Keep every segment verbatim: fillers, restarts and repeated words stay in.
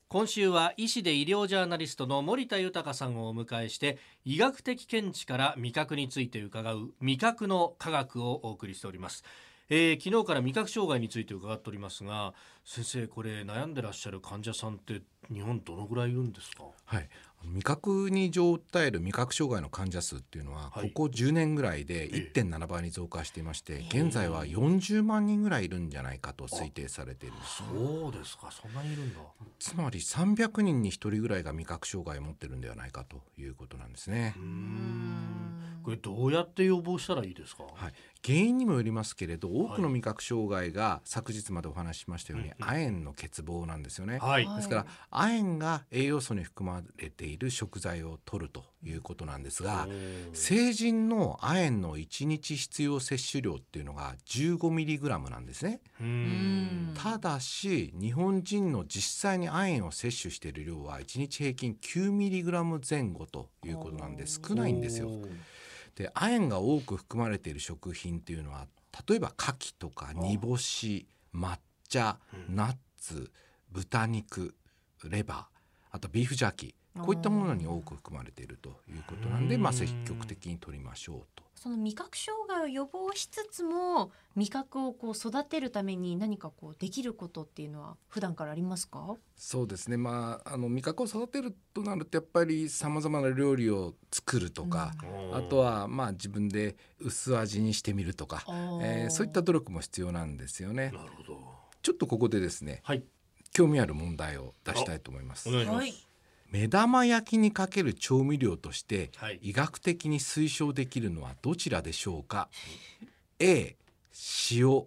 今週は医師で医療ジャーナリストの森田豊さんをお迎えして、医学的見地から味覚について伺う味覚の科学をお送りしております。えー、昨日から味覚障害について伺っておりますが、先生、これ悩んでらっしゃる患者さんって日本どのぐらいいるんですか？ はい、味覚に異常を訴える味覚障害の患者数っていうのは、はい、ここじゅうねんぐらいで いってんなな 倍に増加していまして、現在はよんじゅうまんにんぐらいいるんじゃないかと推定されているんです。 そうですか、そんなにいるんだ。 つまりさんびゃくにんにひとりぐらいが味覚障害を持ってるんではないかということなんですね。 うーん、これどうやって予防したらいいですか？ はい、原因にもよりますけれど、多くの味覚障害が昨日までお話ししましたように、はい、亜鉛の欠乏なんですよね。はい、ですから亜鉛が栄養素に含まれている食材を摂るということなんですが、成人の亜鉛のいちにち必要摂取量っていうのが じゅうごミリグラム なんですね。うーん、ただし日本人の実際に亜鉛を摂取している量はいちにち平均 きゅうミリグラム 前後ということなんで少ないんですよ。で、亜鉛が多く含まれている食品っていうのは、例えば牡蠣とか煮干し、抹茶、ナッツ、豚肉、レバー、あとビーフジャーキー、こういったものに多く含まれているということなんで、まあ、積極的に摂りましょうと。 その味覚障害を予防しつつも味覚をこう育てるために何かこうできることっていうのは普段からありますか？ そうですね、まあ、あの味覚を育てるとなるとやっぱりさまざまな料理を作るとか、うん、あとはまあ自分で薄味にしてみるとか、えー、そういった努力も必要なんですよね。 なるほど。 ちょっとここでですね、はい、興味ある問題を出したいと思います。 お願いします。はい、 目玉焼きにかける調味料として医学的に推奨できるのはどちらでしょうか？ A 塩、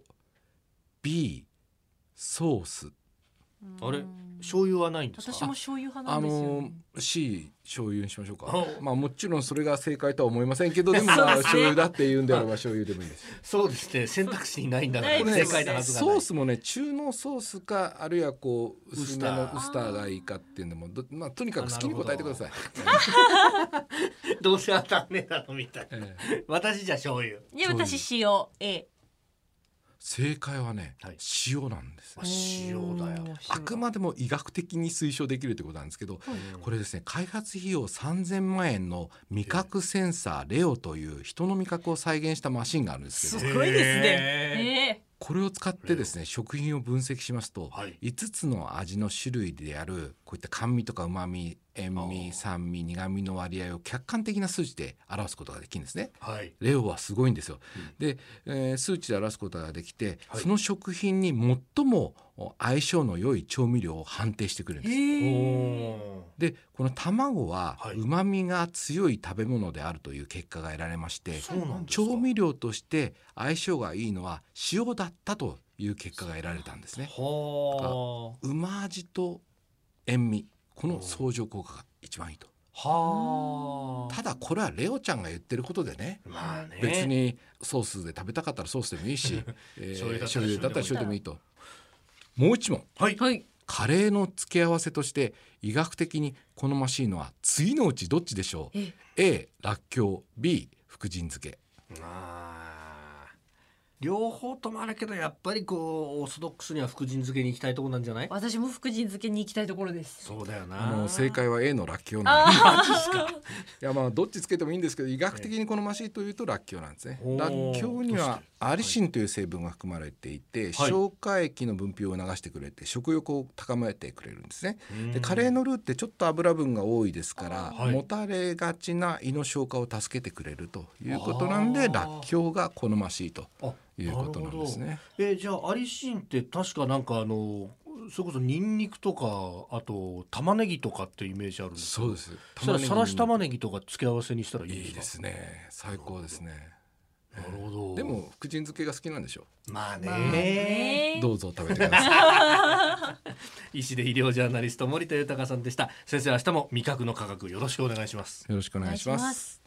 B ソース。 あれ、醤油はないんですか？ 私も醤油派なんですよ、ね、 あの C 醤油にしましょうか。まあもちろんそれが正解とは思いませんけど、でもまあ醤油だって言うんであれば醤油でもいいです。 そうですね、選択肢にないんだから正解なはずがない。 ソースもね、中濃ソースかあるいはこう薄めのウスターがいいかっていうのも、まあ、とにかく好きに答えてください。 どうせ当たんねえだろみたいな、ええ、私じゃ醤油。 いや、私塩 A。 正解はね、はい、塩なんです。 塩だよ。 あくまでも医学的に推奨できるということなんですけど、これですね、開発費用さんぜんまんえんの味覚センサーレオという人の味覚を再現したマシンがあるんですけど、 すごいですね。 これを使ってですね、食品を分析しますと、はい、いつつの味の種類であるこういった甘味とか旨味、塩味、酸味、苦味の割合を客観的な数値で表すことができるんですね。はい、レオはすごいんですよ。うん、で、えー、数値で表すことができて、はい、その食品に最も相性の良い調味料を判定してくれるんです。で、この卵は旨味が強い食べ物であるという結果が得られまして、はい、調味料として相性がいいのは塩だったという結果が得られたんですね。はあ、うま味と塩味、この相乗効果が一番いいと。はあ、ただこれはレオちゃんが言ってることでね、まあね、別にソースで食べたかったらソースでもいいし、えー、醤油だったら醤油でもいいと。もう一問、はいはい、カレーの付け合わせとして医学的に好ましいのは次のうちどっちでしょう？ A らっきょう、 B 福神漬け。 あ、両方ともあるけど、やっぱりこうオーソドックスには福神漬けに行きたいところなんじゃない？ 私も福神漬けに行きたいところです。 そうだよな。 あの正解は A のらっきょうなんです。マジですか？いや、まあどっちつけてもいいんですけど、医学的に好ましいというとらっきょうなんですね。らっきょうにはアリシンという成分が含まれていて、はい、消化液の分泌を促してくれて食欲を高めてくれるんですね。で、カレーのルーってちょっと油分が多いですから、はい、もたれがちな胃の消化を助けてくれるということなんで、らっきょうが好ましいということなんですね。 えー、じゃあアリシンって確かなんかあのそれこそニンニクとかあと玉ねぎとかってイメージあるんですけど、 そうです。 それさらし玉ねぎとか付け合わせにしたらいいですか？ いいですね、最高ですね。 なるほど。 でも福神漬けが好きなんでしょう。まあね、まあね、 どうぞ食べてください。医師で医療ジャーナリスト森田豊さんでした。先生、明日も味覚の科学よろしくお願いします。 よろしくお願いします。